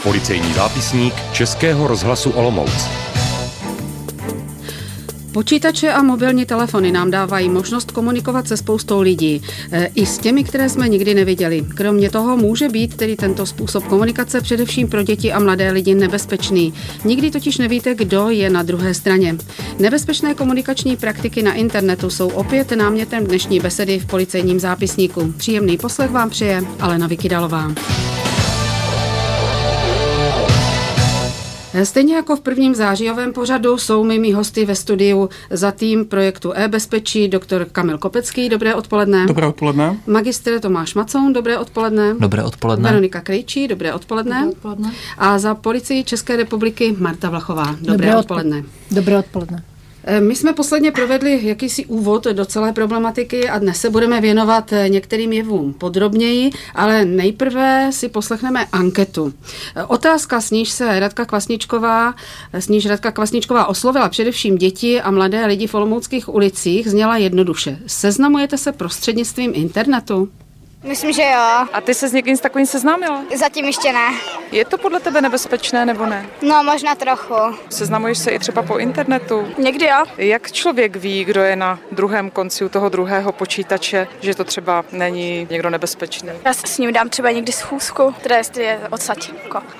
Policejní zápisník Českého rozhlasu Olomouc. Počítače a mobilní telefony nám dávají možnost komunikovat se spoustou lidí, i s těmi, které jsme nikdy neviděli. Kromě toho může být tedy tento způsob komunikace především pro děti a mladé lidi nebezpečný. Nikdy totiž nevíte, kdo je na druhé straně. Nebezpečné komunikační praktiky na internetu jsou opět námětem dnešní besedy v Policejním zápisníku. Příjemný poslech vám přeje Alena Vykydalová. Stejně jako v prvním zářijovém pořadu jsou mými hosty ve studiu za tým projektu e-bezpečí doktor Kamil Kopecký. Dobré odpoledne. Dobré odpoledne. Magistr Tomáš Macoun. Dobré odpoledne. Dobré odpoledne. Veronika Krejčí. Dobré odpoledne. Dobré odpoledne. A za Policii České republiky Marta Vlachová. Dobré odpoledne. Dobré odpoledne. My jsme posledně provedli jakýsi úvod do celé problematiky a dnes se budeme věnovat některým jevům podrobněji, ale nejprve si poslechneme anketu. Otázka, s níž Radka Kvasničková oslovila především děti a mladé lidi v olomouckých ulicích, zněla jednoduše. Seznamujete se prostřednictvím internetu? Myslím, že jo. A ty se s někým s takovým seznámila? Zatím ještě ne. Je to podle tebe nebezpečné nebo ne? No, možná trochu. Seznamuješ se i třeba po internetu? Někdy jo. Jak člověk ví, kdo je na druhém konci u toho druhého počítače, že to třeba není někdo nebezpečný? Já si s ním dám třeba někdy schůzku, která je odsaď.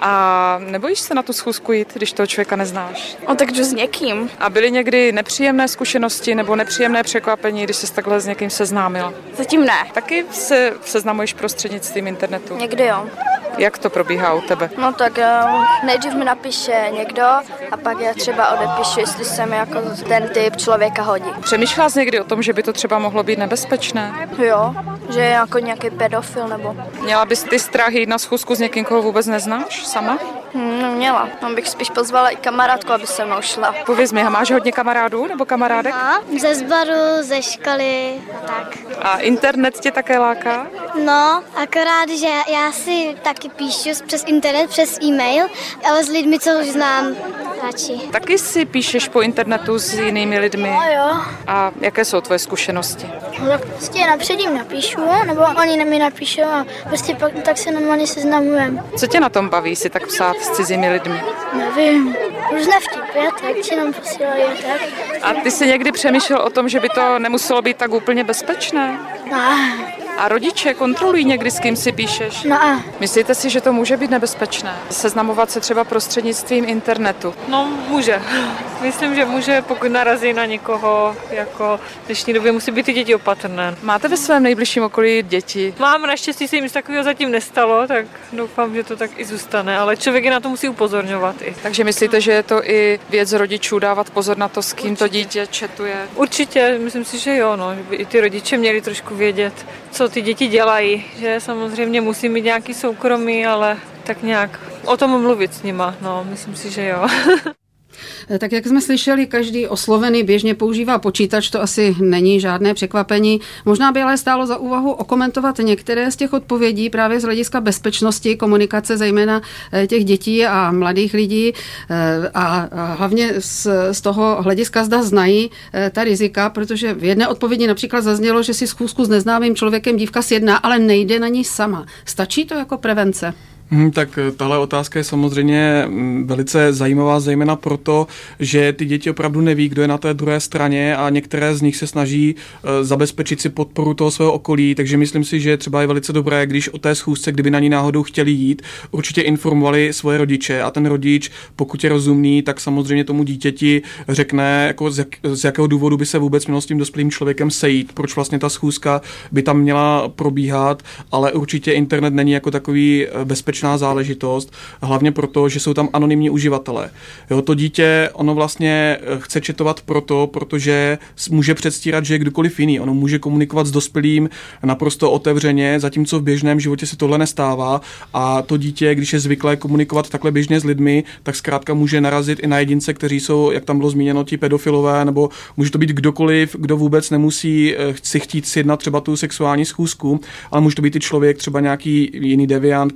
A nebojíš se na tu schůzku jít, když toho člověka neznáš? No, tak jdu s někým. A byly někdy nepříjemné zkušenosti nebo nepříjemné překvapení, když jsi takhle s někým seznámila? Zatím ne. Taky seznamuješ prostřednictvím internetu? Někdy jo. Jak to probíhá u tebe? No tak nejdřív mi napíše někdo a pak já třeba odepíšu, jestli se mi jako ten typ člověka hodí. Přemýšlela jsi někdy o tom, že by to třeba mohlo být nebezpečné? Jo, že je jako nějaký pedofil nebo... Měla bys ty strach jít na schůzku s někým, koho vůbec neznáš sama? No měla. No, bych spíš pozvala i kamarádku, aby se mnou šla. Pověz mi, máš hodně kamarádů nebo kamarádek? No, ze sboru, ze školy a tak. A internet tě také láká? No, akorát, že já si taky píšu přes internet, přes e-mail, ale s lidmi, co už znám radši. Taky si píšeš po internetu s jinými lidmi? No jo. A jaké jsou tvoje zkušenosti? No, prostě napřed jim napíšu, nebo oni mi napíšou a prostě pak tak se normálně seznamujeme. Co tě na tom baví si tak psát s cizími lidmi? Nevím, různé vtipy, tak či nám posílají tak. A ty jsi někdy přemýšlel o tom, že by to nemuselo být tak úplně bezpečné? No. A rodiče kontrolují někdy, s kým si píšeš? No. Myslíte si, že to může být nebezpečné? Seznamovat se třeba prostřednictvím internetu? No, může. Myslím, že může, pokud narazí na někoho, jako v dnešní době musí být i děti opatrné. Máte ve svém nejbližším okolí děti? Mám, naštěstí se jim nic takového zatím nestalo, tak doufám, že to tak i zůstane, ale člověk je na to musí upozorňovat i. Takže myslíte, že je to i věc rodičů dávat pozor na to, s kým to dítě chatuje? Určitě, myslím si, že jo, no, že by i ty rodiče měli trošku vědět, co ty děti dělají, že samozřejmě musí mít nějaký soukromí, ale tak nějak o tom mluvit s nima, no, myslím si, že jo. Tak jak jsme slyšeli, každý oslovený běžně používá počítač, to asi není žádné překvapení. Možná by ale stálo za úvahu okomentovat některé z těch odpovědí právě z hlediska bezpečnosti komunikace, zejména těch dětí a mladých lidí a hlavně z toho hlediska zda znají ta rizika, protože v jedné odpovědi například zaznělo, že si schůzku s neznámým člověkem dívka sjedná, ale nejde na ní sama. Stačí to jako prevence? Tak tahle otázka je samozřejmě velice zajímavá, zejména proto, že ty děti opravdu neví, kdo je na té druhé straně a některé z nich se snaží zabezpečit si podporu toho svého okolí, takže myslím si, že třeba je velice dobré, když o té schůzce, kdyby na ní náhodou chtěli jít, určitě informovali svoje rodiče a ten rodič, pokud je rozumný, tak samozřejmě tomu dítěti řekne, jako z jakého důvodu by se vůbec mělo s tím dospělým člověkem sejít, proč vlastně ta schůzka by tam měla probíhat, ale určitě internet není jako takový bezpečný záležitost, hlavně proto, že jsou tam anonymní uživatelé. Jo, to dítě, ono vlastně chce chatovat protože může předstírat, že je kdokoliv jiný. Ono může komunikovat s dospělým naprosto otevřeně, zatímco v běžném životě se tohle nestává a to dítě, když je zvyklé komunikovat takhle běžně s lidmi, tak zkrátka může narazit i na jedince, kteří jsou, jak tam bylo zmíněno, ti pedofilové, nebo může to být kdokoliv, kdo vůbec nemusí si chtít sjednat třeba tu sexuální schůzku, ale může to být i člověk, třeba nějaký jiný deviant, který chce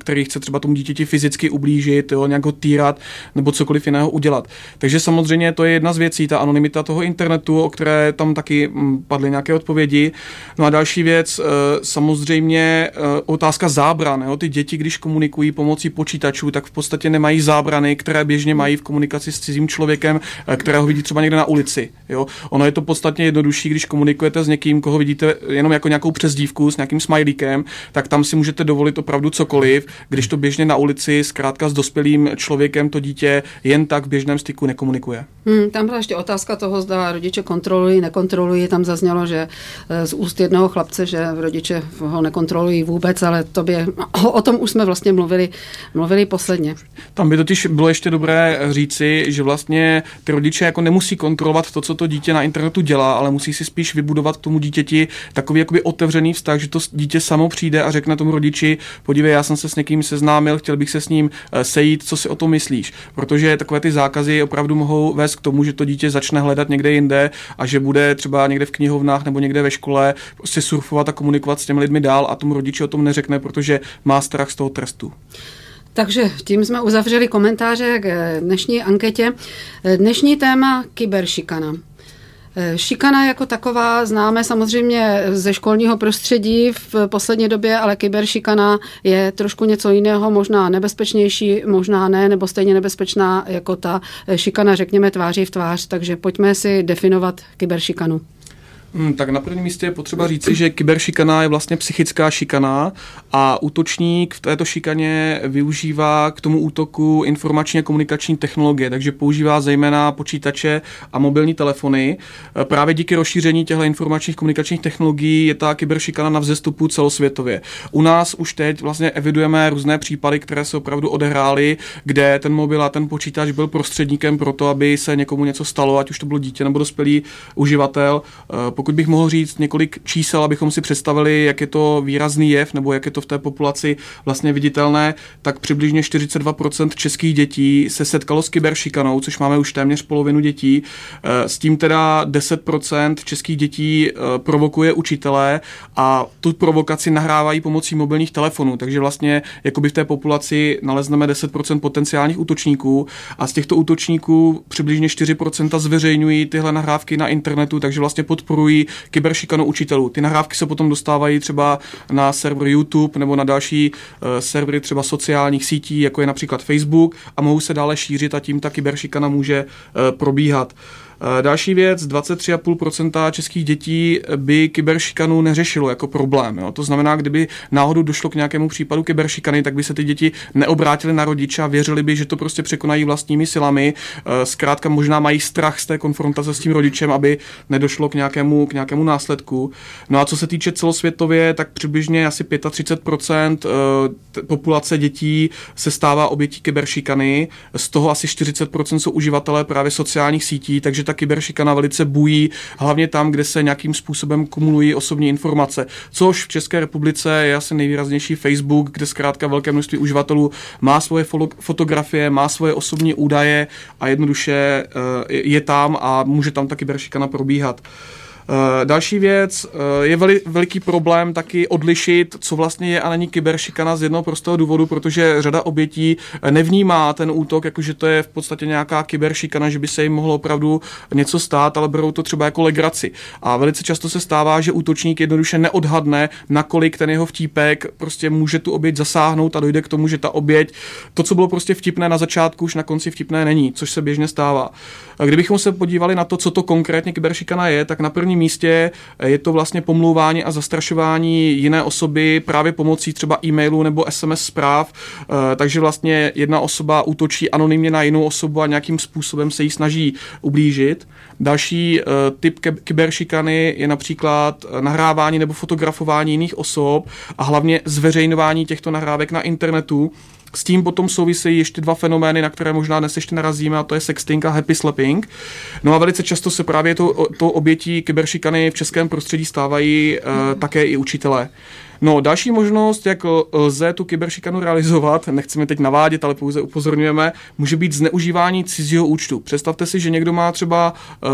třeba tomu dítěti fyzicky ublížit, jo, nějak ho týrat nebo cokoliv jiného udělat. Takže samozřejmě to je jedna z věcí, ta anonymita toho internetu, o které tam taky padly nějaké odpovědi. No a další věc, samozřejmě otázka zábran. Jo. Ty děti, když komunikují pomocí počítačů, tak v podstatě nemají zábrany, které běžně mají v komunikaci s cizím člověkem, kterého vidí třeba někde na ulici. Jo. Ono je to podstatně jednodušší, když komunikujete s někým, koho vidíte jenom jako nějakou přezdívku s nějakým smajlíkem, tak tam si můžete dovolit opravdu cokoliv, když to běžně na ulici zkrátka s dospělým člověkem to dítě jen tak v běžném styku nekomunikuje. Tam byla ještě otázka toho, zda rodiče kontrolují, nekontrolují. Tam zaznělo, že z úst jednoho chlapce, že rodiče ho nekontrolují vůbec, ale o tom už jsme vlastně mluvili posledně. Tam by totiž bylo ještě dobré říci, že vlastně ty rodiče jako nemusí kontrolovat to, co to dítě na internetu dělá, ale musí si spíš vybudovat k tomu dítěti takový jakoby otevřený vztah, že to dítě samo přijde a řekne tomu rodiči: podívej, já jsem se s někým seznámil, chtěl bych se s ním sejít, co si o tom myslíš? Protože takové ty zákazy opravdu mohou vést k tomu, že to dítě začne hledat někde jinde a že bude třeba někde v knihovnách nebo někde ve škole prostě surfovat a komunikovat s těmi lidmi dál a tomu rodiči o tom neřekne, protože má strach z toho trestu. Takže tím jsme uzavřeli komentáře k dnešní anketě. Dnešní téma kyberšikana. Šikana jako taková známe samozřejmě ze školního prostředí v poslední době, ale kyberšikana je trošku něco jiného, možná nebezpečnější, možná ne, nebo stejně nebezpečná jako ta šikana, řekněme, tváří v tvář. Takže pojďme si definovat kyberšikanu. Tak na prvním místě je potřeba říci, že kyberšikana je vlastně psychická šikana a útočník v této šikaně využívá k tomu útoku informační a komunikační technologie, takže používá zejména počítače a mobilní telefony. Právě díky rozšíření těchto informačních komunikačních technologií je ta kyberšikana na vzestupu celosvětově. U nás už teď vlastně evidujeme různé případy, které se opravdu odehrály, kde ten mobil a ten počítač byl prostředníkem pro to, aby se někomu něco stalo, ať už to bylo dítě nebo dospělý uživatel. Pokud bych mohl říct několik čísel, abychom si představili, jak je to výrazný jev, nebo jak je to v té populaci vlastně viditelné, tak přibližně 42% českých dětí se setkalo s kyberšikanou, což máme už téměř polovinu dětí. S tím teda 10% českých dětí provokuje učitelé a tu provokaci nahrávají pomocí mobilních telefonů, takže vlastně jakoby v té populaci nalezneme 10% potenciálních útočníků a z těchto útočníků přibližně 4% zveřejňují tyhle nahrávky na internetu, takže vlastně podporují kyberšikanu učitelů. Ty nahrávky se potom dostávají třeba na server YouTube nebo na další servery třeba sociálních sítí, jako je například Facebook, a mohou se dále šířit a tím ta kyberšikana může probíhat. Další věc, 23,5% českých dětí by kyberšikanu neřešilo jako problém. Jo. To znamená, kdyby náhodou došlo k nějakému případu kyberšikany, tak by se ty děti neobrátily na rodiče a věřili by, že to prostě překonají vlastními silami. Zkrátka možná mají strach z té konfrontace s tím rodičem, aby nedošlo k nějakému následku. No a co se týče celosvětově, tak přibližně asi 35% populace dětí se stává obětí kyberšikany. Z toho asi 40% jsou uživatelé právě sociálních sítí, takže ta kyberšikana velice bují, hlavně tam, kde se nějakým způsobem kumulují osobní informace. Což v České republice je asi nejvýraznější Facebook, kde zkrátka velké množství uživatelů má svoje fotografie, má svoje osobní údaje a jednoduše je tam a může tam ta kyberšikana probíhat. Další věc, je veliký problém taky odlišit, co vlastně je a není kyberšikana z jednoho prostého důvodu, protože řada obětí nevnímá ten útok, jakože to je v podstatě nějaká kyberšikana, že by se jim mohlo opravdu něco stát, ale berou to třeba jako legraci. A velice často se stává, že útočník jednoduše neodhadne, nakolik ten jeho vtípek prostě může tu oběť zasáhnout a dojde k tomu, že ta oběť, to, co bylo prostě vtipné na začátku, už na konci vtipné není, což se běžně stává. A kdybychom se podívali na to, co to konkrétně kyberšikana je, tak na prvním místě je to vlastně pomlouvání a zastrašování jiné osoby právě pomocí třeba e-mailu nebo SMS zpráv, takže vlastně jedna osoba útočí anonymně na jinou osobu a nějakým způsobem se jí snaží ublížit. Další typ kyberšikany je například nahrávání nebo fotografování jiných osob a hlavně zveřejňování těchto nahrávek na internetu. S tím potom souvisejí ještě dva fenomény, na které možná dnes ještě narazíme, a to je sexting a happy slapping. No a velice často se právě to obětí kyberšikany v českém prostředí stávají také i učitelé. No, další možnost, jak lze tu kyberšikanu realizovat, nechceme teď navádět, ale pouze upozorňujeme, může být zneužívání cizího účtu. Představte si, že někdo má třeba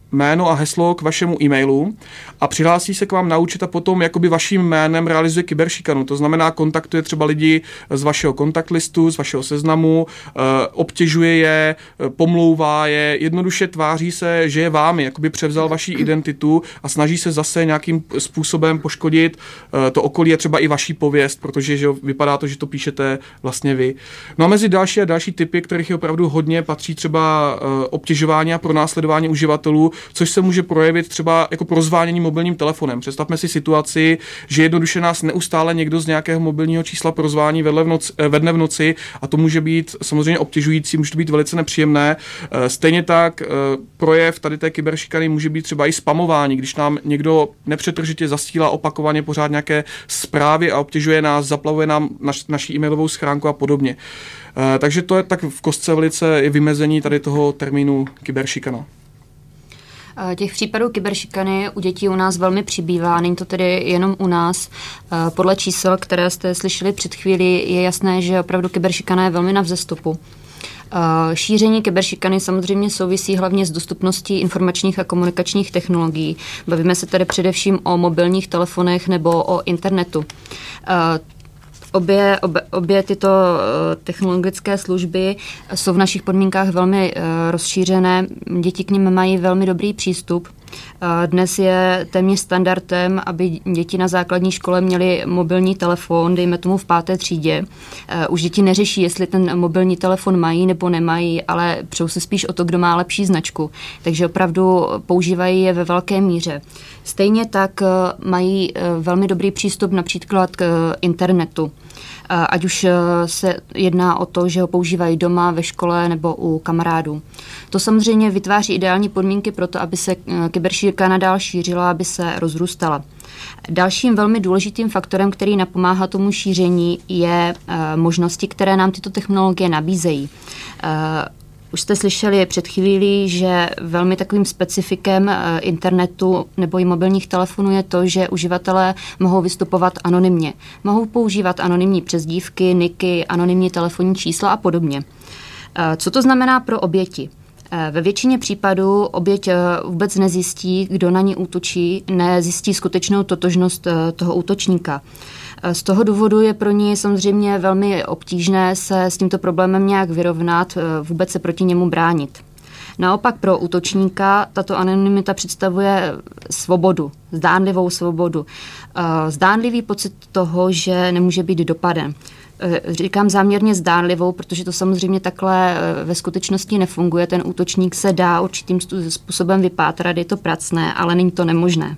jméno a heslo k vašemu e-mailu a přihlásí se k vám na účet a potom jakoby vaším jménem realizuje kyberšikanu. To znamená, kontaktuje třeba lidi z vašeho kontaktlistu, z vašeho seznamu, obtěžuje je, pomlouvá je, jednoduše tváří se, že je vámi, jakoby převzal vaši identitu a snaží se zase nějakým způsobem poškodit to okolí a třeba i vaší pověst, protože že vypadá to, že to píšete vlastně vy. No a mezi další a další typy, kterých je opravdu hodně, patří třeba obtěžování a pronásledování uživatelů, což se může projevit třeba jako rozvádění mobilním telefonem. Představme si situaci, že jednoduše nás neustále někdo z nějakého mobilního čísla prozvání vedne v noci a to může být samozřejmě obtěžující, může to být velice nepříjemné. Stejně tak projev tady té kyberšikany může být třeba i spamování, když nám někdo nepřetržitě zasílá opakovaně pořád nějaké zprávy a obtěžuje nás, zaplavuje nám naší e-mailovou schránku a podobně. Takže to je tak v kostce velice i vymezení tady toho termínu kyberšikana. Těch případů kyberšikany u dětí u nás velmi přibývá, není to tedy jenom u nás. Podle čísel, které jste slyšeli před chvílí, je jasné, že opravdu kyberšikana je velmi na vzestupu. Šíření kyberšikany samozřejmě souvisí hlavně s dostupností informačních a komunikačních technologií. Bavíme se tedy především o mobilních telefonech nebo o internetu. Obě tyto technologické služby jsou v našich podmínkách velmi rozšířené. Děti k nim mají velmi dobrý přístup. Dnes je téměř standardem, aby děti na základní škole měly mobilní telefon, dejme tomu v 5. třídě. Už děti neřeší, jestli ten mobilní telefon mají nebo nemají, ale přou se spíš o to, kdo má lepší značku. Takže opravdu používají je ve velké míře. Stejně tak mají velmi dobrý přístup například k internetu. Ať už se jedná o to, že ho používají doma, ve škole nebo u kamarádů. To samozřejmě vytváří ideální podmínky pro to, aby se kyberšikana dál šířila, aby se rozrůstala. Dalším velmi důležitým faktorem, který napomáhá tomu šíření, je možnosti, které nám tyto technologie nabízejí. Už jste slyšeli před chvílí, že velmi takovým specifikem internetu nebo i mobilních telefonů je to, že uživatelé mohou vystupovat anonymně. Mohou používat anonymní přezdívky, niky, anonymní telefonní čísla a podobně. Co to znamená pro oběti? Ve většině případů oběť vůbec nezjistí, kdo na ní útočí, nezjistí skutečnou totožnost toho útočníka. Z toho důvodu je pro ní samozřejmě velmi obtížné se s tímto problémem nějak vyrovnat, vůbec se proti němu bránit. Naopak pro útočníka tato anonymita představuje svobodu, zdánlivou svobodu. Zdánlivý pocit toho, že nemůže být dopaden. Říkám záměrně zdánlivou, protože to samozřejmě takhle ve skutečnosti nefunguje. Ten útočník se dá určitým způsobem vypátrat, je to pracné, ale není to nemožné.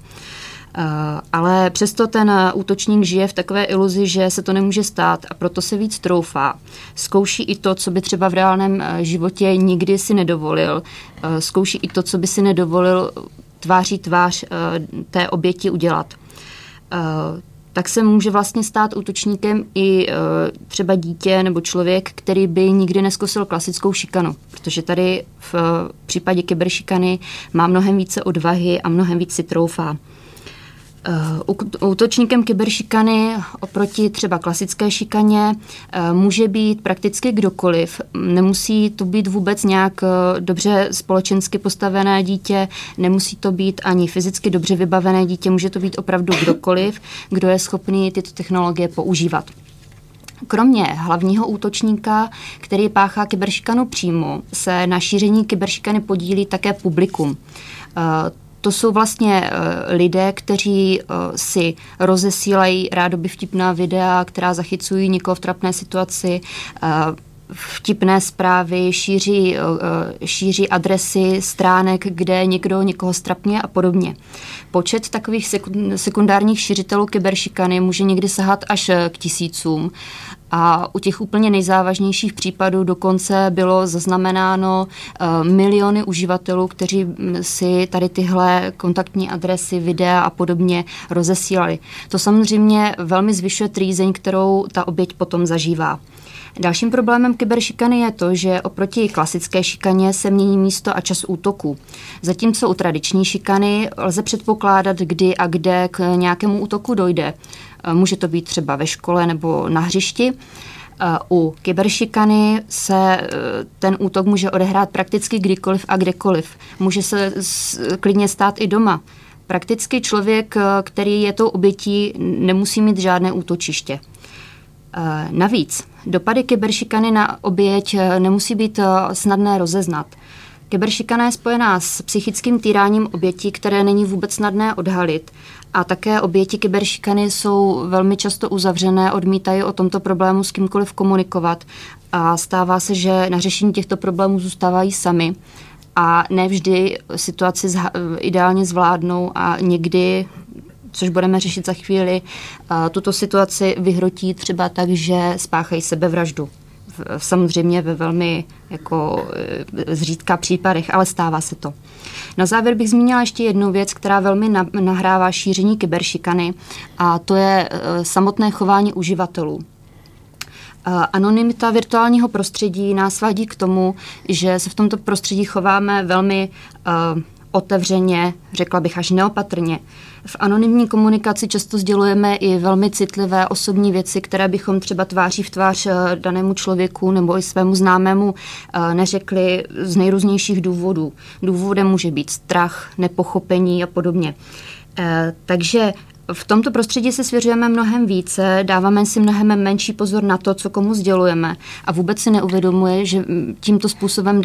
Ale přesto ten útočník žije v takové iluzi, že se to nemůže stát a proto se víc troufá. Zkouší i to, co by třeba v reálném životě nikdy si nedovolil. Zkouší i to, co by si nedovolil tváří tvář té oběti udělat. Tak se může vlastně stát útočníkem i třeba dítě nebo člověk, který by nikdy nezkusil klasickou šikanu, protože tady v případě kyberšikany má mnohem více odvahy a mnohem víc si troufá. Útočníkem kyberšikany oproti třeba klasické šikaně může být prakticky kdokoliv. Nemusí to být vůbec nějak dobře společensky postavené dítě, nemusí to být ani fyzicky dobře vybavené dítě, může to být opravdu kdokoliv, kdo je schopný tyto technologie používat. Kromě hlavního útočníka, který páchá kyberšikanu přímo, se na šíření kyberšikany podílí také publikum. To jsou vlastně lidé, kteří si rozesílají rádoby vtipná videa, která zachycují někoho v trapné situaci, vtipné zprávy, šíří adresy stránek, kde někdo někoho strapňuje a podobně. Počet takových sekundárních šířitelů kyberšikany může někdy sahat až k 1000 a u těch úplně nejzávažnějších případů dokonce bylo zaznamenáno miliony uživatelů, kteří si tady tyhle kontaktní adresy, videa a podobně rozesílali. To samozřejmě velmi zvyšuje trýzeň, kterou ta oběť potom zažívá. Dalším problémem kyberšikany je to, že oproti klasické šikaně se mění místo a čas útoku. Zatímco u tradiční šikany lze předpokládat, kdy a kde k nějakému útoku dojde. Může to být třeba ve škole nebo na hřišti. U kyberšikany se ten útok může odehrát prakticky kdykoliv a kdekoliv. Může se klidně stát i doma. Prakticky člověk, který je tou obětí, nemusí mít žádné útočiště. Navíc dopady kyberšikany na oběť nemusí být snadné rozeznat. Kyberšikana je spojená s psychickým týráním obětí, které není vůbec snadné odhalit. A také oběti kyberšikany jsou velmi často uzavřené, odmítají o tomto problému s kýmkoliv komunikovat. A stává se, že na řešení těchto problémů zůstávají sami. A nevždy situaci ideálně zvládnou a někdy, což budeme řešit za chvíli, tuto situaci vyhrotí třeba tak, že spáchají sebevraždu. Samozřejmě ve velmi zřídka případech, ale stává se to. Na závěr bych zmínila ještě jednu věc, která velmi nahrává šíření kyberšikany, a to je samotné chování uživatelů. Anonymita virtuálního prostředí nás vadí k tomu, že se v tomto prostředí chováme velmi otevřeně, řekla bych až neopatrně. V anonymní komunikaci často sdělujeme i velmi citlivé osobní věci, které bychom třeba tváří v tvář danému člověku nebo i svému známému neřekli z nejrůznějších důvodů. Důvodem může být strach, nepochopení a podobně. Takže v tomto prostředí se svěřujeme mnohem více, dáváme si mnohem menší pozor na to, co komu sdělujeme, a vůbec si neuvědomuje, že tímto způsobem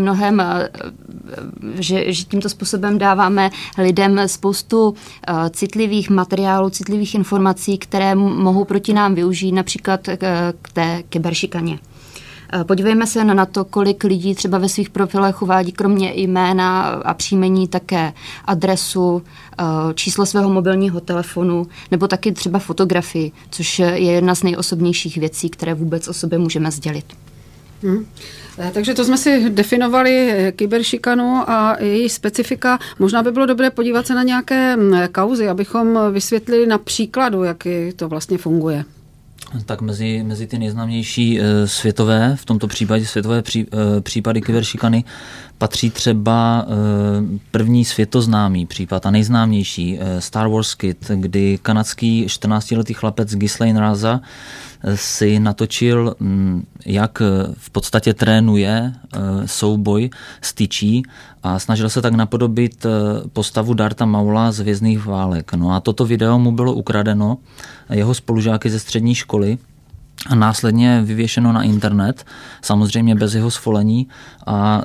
dáváme lidem spoustu citlivých materiálů, citlivých informací, které mohou proti nám využít, například k té kyberšikaně. Podívejme se na to, kolik lidí třeba ve svých profilech uvádí kromě jména a příjmení také adresu, číslo svého mobilního telefonu nebo taky třeba fotografii, což je jedna z nejosobnějších věcí, které vůbec o sobě můžeme sdělit. Takže to jsme si definovali kyberšikanu a její specifika. Možná by bylo dobré podívat se na nějaké kauzy, abychom vysvětlili na příkladu, jak to vlastně funguje. Tak mezi ty nejznámější světové, v tomto případě světové případy kyberšikany, patří třeba první světoznámý případ a nejznámější Star Wars Kid, kdy kanadský 14-letý chlapec Ghislaine Raza si natočil, jak v podstatě trénuje souboj s tyčí a snažil se tak napodobit postavu Dartha Maula z Hvězdných válek. No a toto video mu bylo ukradeno jeho spolužáky ze střední školy a následně vyvěšeno na internet, samozřejmě bez jeho svolení, a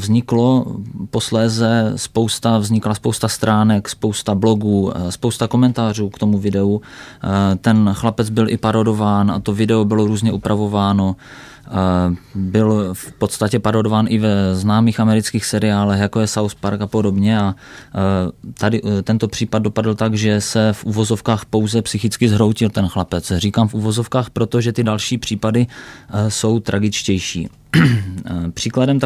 vznikla spousta stránek, spousta blogů, spousta komentářů k tomu videu. Ten chlapec byl i parodován a to video bylo různě upravováno. Byl v podstatě parodován i ve známých amerických seriálech, jako je South Park a podobně, a tady tento případ dopadl tak, že se v uvozovkách pouze psychicky zhroutil ten chlapec. Říkám v uvozovkách, protože ty další případy jsou tragičtější. Příkladem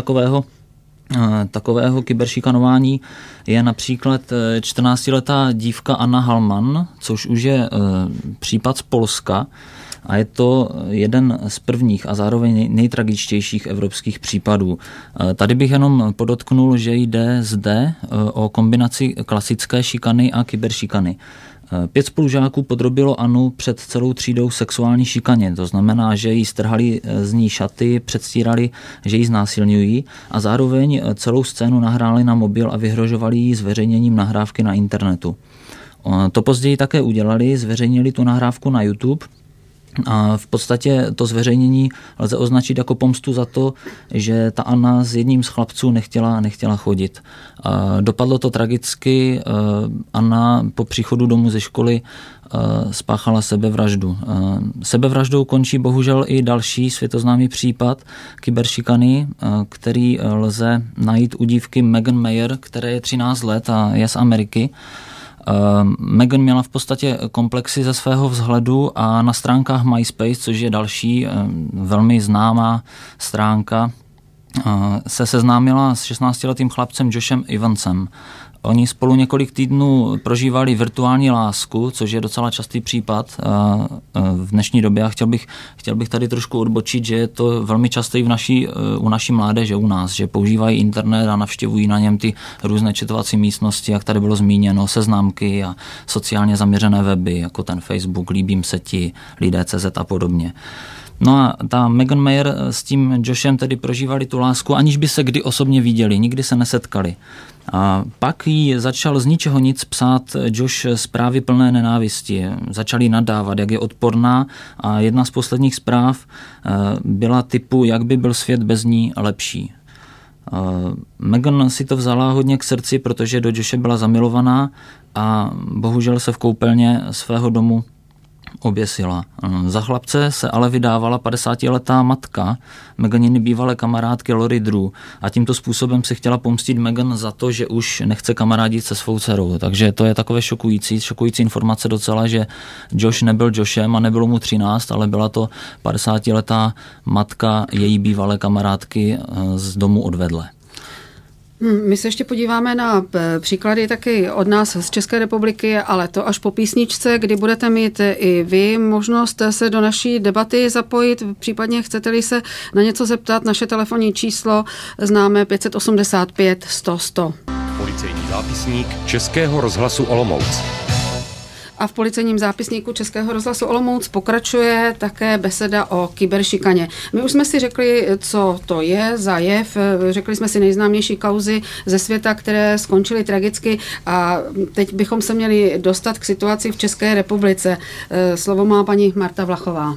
takového kyberšikanování je například 14letá dívka Anna Halman, což už je případ z Polska, a je to jeden z prvních a zároveň nejtragičtějších evropských případů. Tady bych jenom podotknul, že jde zde o kombinaci klasické šikany a kyberšikany. 5 spolužáků podrobilo Anu před celou třídou sexuální šikaně. To znamená, že jí strhali z ní šaty, předstírali, že ji znásilňují, a zároveň celou scénu nahráli na mobil a vyhrožovali jí zveřejněním nahrávky na internetu. To později také udělali, zveřejnili tu nahrávku na YouTube. A v podstatě to zveřejnění lze označit jako pomstu za to, že ta Anna s jedním z chlapců nechtěla chodit. Dopadlo to tragicky. Anna po příchodu domů ze školy spáchala sebevraždu. Sebevraždou končí bohužel i další světoznámý případ kyberšikany, který lze najít u dívky Megan Mayer, které je 13 let a je z Ameriky. Megan měla v podstatě komplexy ze svého vzhledu a na stránkách MySpace, což je další velmi známá stránka, se seznámila s 16letým chlapcem Joshem Evansem. Oni spolu několik týdnů prožívali virtuální lásku, což je docela častý případ v dnešní době, a chtěl bych tady trošku odbočit, že je to velmi časté u naší mládeže, u nás, že používají internet a navštěvují na něm ty různé četovací místnosti, jak tady bylo zmíněno, seznamky a sociálně zaměřené weby, jako ten Facebook, Líbím se ti, Lidé.cz a podobně. No a ta Megan Mayer s tím Joshem tedy prožívali tu lásku, aniž by se kdy osobně viděli, nikdy se nesetkali. A pak jí začal z ničeho nic psát Josh zprávy plné nenávisti. Začali nadávat, jak je odporná a jedna z posledních zpráv byla typu, jak by byl svět bez ní lepší. Megan si to vzala hodně k srdci, protože do Joshe byla zamilovaná a bohužel se v koupelně svého domu oběsila. Za chlapce se ale vydávala 50letá matka Meganiny bývalé kamarádky Lori Drew a tímto způsobem si chtěla pomstit Megan za to, že už nechce kamarádit se svou dcerou. Takže to je takové šokující informace docela, že Josh nebyl Joshem a nebylo mu 13, ale byla to 50letá matka její bývalé kamarádky z domu odvedle. My se ještě podíváme na příklady taky od nás z České republiky, ale to až po písničce, kdy budete mít i vy možnost se do naší debaty zapojit, případně chcete-li se na něco zeptat, naše telefonní číslo známe 585 100 100. Policejní zápisník Českého rozhlasu Olomouc. A v policejním zápisníku Českého rozhlasu Olomouc pokračuje také beseda o kyberšikaně. My už jsme si řekli, co to je za jev, řekli jsme si nejznámější kauzy ze světa, které skončily tragicky a teď bychom se měli dostat k situaci v České republice. Slovo má paní Marta Vlachová.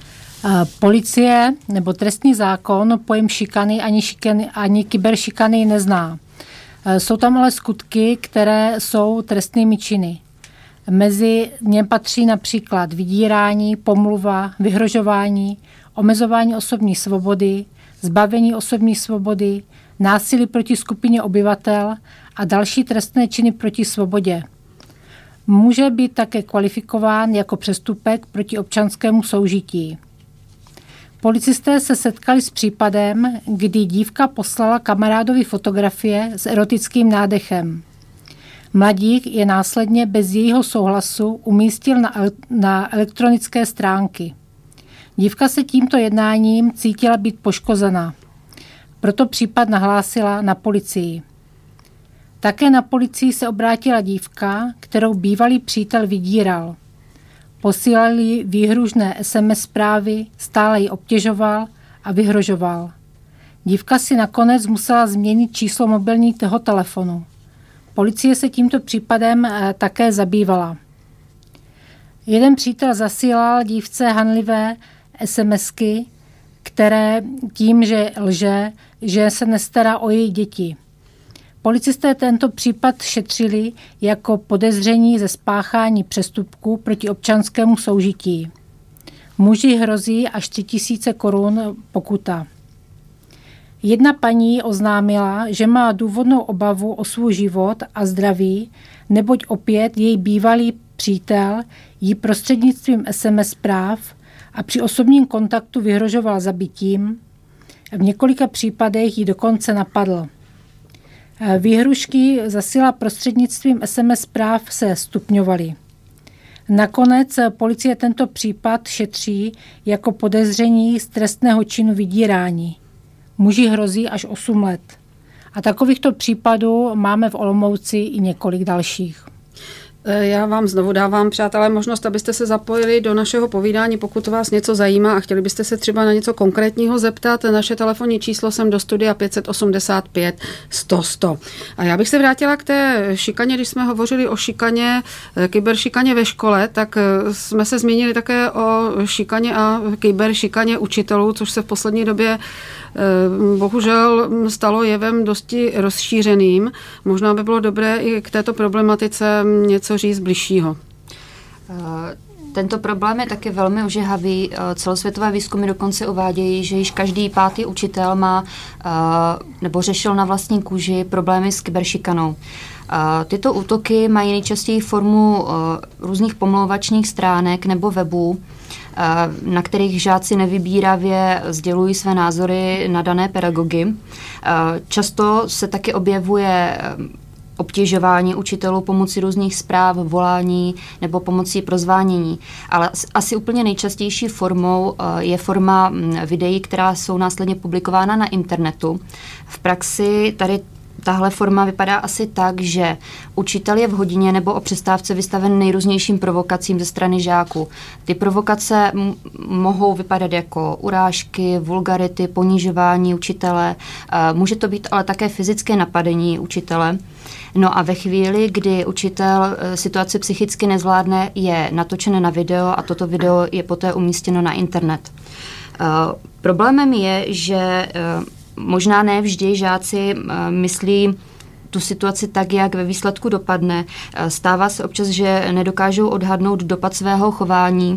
Policie nebo trestní zákon pojem šikany ani kyberšikany nezná. Jsou tam ale skutky, které jsou trestnými činy. Mezi ně patří například vydírání, pomluva, vyhrožování, omezování osobní svobody, zbavení osobní svobody, násilí proti skupině obyvatel a další trestné činy proti svobodě. Může být také kvalifikován jako přestupek proti občanskému soužití. Policisté se setkali s případem, kdy dívka poslala kamarádovi fotografie s erotickým nádechem. Mladík je následně bez jejího souhlasu umístil na elektronické stránky. Dívka se tímto jednáním cítila být poškozena. Proto případ nahlásila na policii. Také na policii se obrátila dívka, kterou bývalý přítel vydíral. Posílal jí výhružné SMS zprávy, stále ji obtěžoval a vyhrožoval. Dívka si nakonec musela změnit číslo mobilního telefonu. Policie se tímto případem také zabývala. Jeden přítel zasílal dívce hanlivé SMSky, které tím, že lže, že se nestará o její děti. Policisté tento případ šetřili jako podezření ze spáchání přestupku proti občanskému soužití. Muži hrozí až 3 000 korun pokuta. Jedna paní oznámila, že má důvodnou obavu o svůj život a zdraví, neboť opět její bývalý přítel jí prostřednictvím SMS zpráv a při osobním kontaktu vyhrožoval zabitím. V několika případech ji dokonce napadl. Výhrušky zasílala prostřednictvím SMS zpráv se stupňovaly. Nakonec policie tento případ šetří jako podezření z trestného činu vydírání. Muži hrozí až 8 let. A takovýchto případů máme v Olomouci i několik dalších. Já vám znovu dávám, přátelé, možnost, abyste se zapojili do našeho povídání, pokud vás něco zajímá a chtěli byste se třeba na něco konkrétního zeptat. Naše telefonní číslo sem do studia 585 100 100. A já bych se vrátila k té šikaně, když jsme hovořili o šikaně, kyberšikaně ve škole, tak jsme se zmínili také o šikaně a kyberšikaně učitelů, což se v poslední době bohužel stalo jevem dosti rozšířeným. Možná by bylo dobré i k této problematice něco říct bližšího. Tento problém je taky velmi ožehavý. Celosvětové výzkumy dokonce uvádějí, že již každý 5. učitel má nebo řešil na vlastní kůži problémy s kyberšikanou. Tyto útoky mají nejčastěji formu různých pomlouvačních stránek nebo webů, na kterých žáci nevybíravě sdělují své názory na dané pedagogy. Často se taky objevuje obtěžování učitelů pomocí různých zpráv, volání nebo pomocí prozvánění. Ale asi úplně nejčastější formou je forma videí, která jsou následně publikována na internetu. V praxi tady tahle forma vypadá asi tak, že učitel je v hodině nebo o přestávce vystaven nejrůznějším provokacím ze strany žáků. Ty provokace mohou vypadat jako urážky, vulgarity, ponižování učitele. Může to být ale také fyzické napadení učitele. No a ve chvíli, kdy učitel situaci psychicky nezvládne, je natočené na video a toto video je poté umístěno na internet. Problémem je, že možná ne vždy žáci myslí tu situaci tak, jak ve výsledku dopadne. Stává se občas, že nedokážou odhadnout dopad svého chování,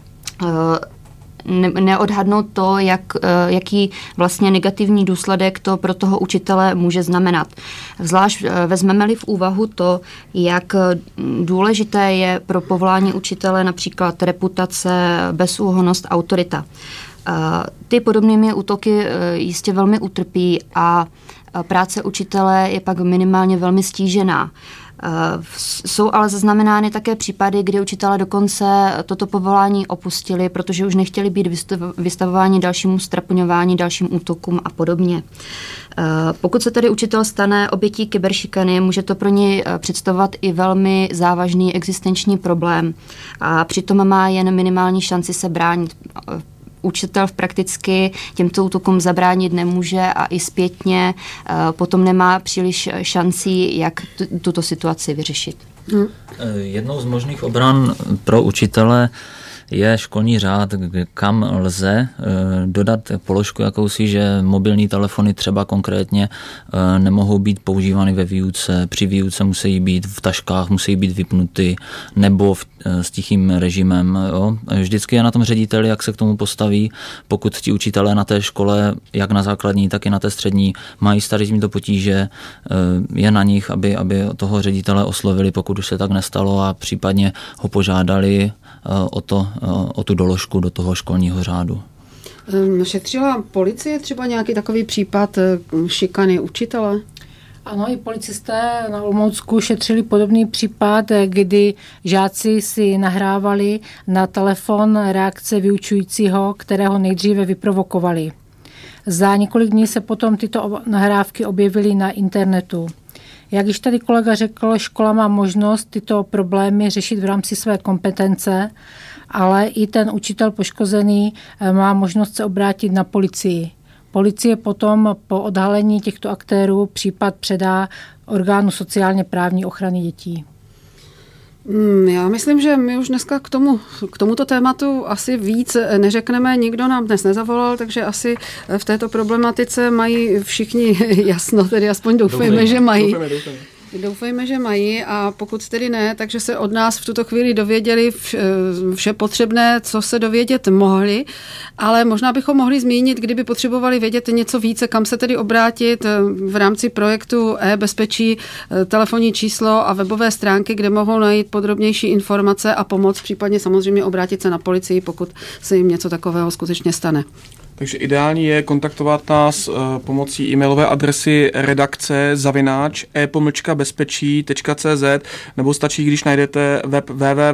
neodhadnout to, jaký vlastně negativní důsledek to pro toho učitele může znamenat. Zvlášť vezmeme-li v úvahu to, jak důležité je pro povolání učitele například reputace, bezúhonnost, autorita. Ty podobnými útoky jistě velmi utrpí a práce učitele je pak minimálně velmi stížená. Jsou ale zaznamenány také případy, kdy učitelé dokonce toto povolání opustili, protože už nechtěli být vystavováni dalšímu strapňování, dalším útokům a podobně. Pokud se tedy učitel stane obětí kyberšikany, může to pro něj představovat i velmi závažný existenční problém a přitom má jen minimální šanci se bránit. Učitel prakticky těmto útokům zabránit nemůže a i zpětně potom nemá příliš šancí, jak tuto situaci vyřešit. Jednou z možných obran pro učitele je školní řád, kam lze dodat položku jakousi, že mobilní telefony třeba konkrétně nemohou být používány ve výuce, při výuce musí být v taškách, musí být vypnuty nebo s tichým režimem. Jo. Vždycky je na tom řediteli, jak se k tomu postaví, pokud ti učitelé na té škole, jak na základní, tak i na té střední, mají s tímto potíže, je na nich, aby toho ředitele oslovili, pokud už se tak nestalo a případně ho požádali o tu doložku do toho školního řádu. Šetřila policie třeba nějaký takový případ šikany učitele? Ano, i policisté na Olomoucku šetřili podobný případ, kdy žáci si nahrávali na telefon reakce vyučujícího, kterého nejdříve vyprovokovali. Za několik dní se potom tyto nahrávky objevily na internetu. Jak již tady kolega řekl, škola má možnost tyto problémy řešit v rámci své kompetence, ale i ten učitel poškozený má možnost se obrátit na policii. Policie potom po odhalení těchto aktérů případ předá orgánu sociálně právní ochrany dětí. Já myslím, že my už dneska k tomuto tématu asi víc neřekneme. Nikdo nám dnes nezavolal, takže asi v této problematice mají všichni jasno, tedy aspoň doufejme, že mají. Doufejme, že mají a pokud tedy ne, takže se od nás v tuto chvíli dověděli vše potřebné, co se dovědět mohli, ale možná bychom mohli zmínit, kdyby potřebovali vědět něco více, kam se tedy obrátit v rámci projektu e-bezpečí, telefonní číslo a webové stránky, kde mohou najít podrobnější informace a pomoc, případně samozřejmě obrátit se na policii, pokud se jim něco takového skutečně stane. Takže ideální je kontaktovat nás pomocí e-mailové adresy redakce@e-bezpečí.cz nebo stačí, když najdete web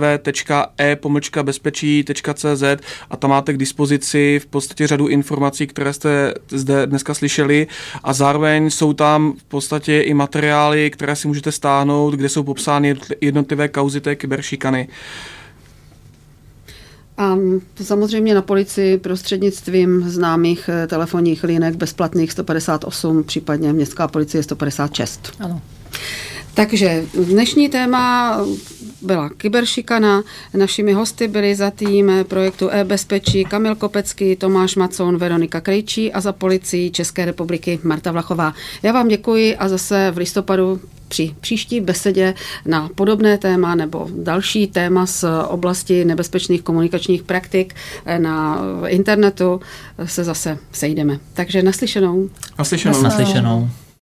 www.e-bezpečí.cz a tam máte k dispozici v podstatě řadu informací, které jste zde dneska slyšeli a zároveň jsou tam v podstatě i materiály, které si můžete stáhnout, kde jsou popsány jednotlivé kauzy té kyberšikany. A samozřejmě na policii prostřednictvím známých telefonních linek bezplatných 158, případně městská policie 156. Ano. Takže dnešní téma byla kyberšikana. Našimi hosty byli za tým projektu e-bezpečí Kamil Kopecký, Tomáš Macon, Veronika Krejčí a za policii České republiky Marta Vlachová. Já vám děkuji a zase v listopadu při příští besedě na podobné téma nebo další téma z oblasti nebezpečných komunikačních praktik na internetu se zase sejdeme. Takže naslyšenou. Naslyšenou. Naslyšenou.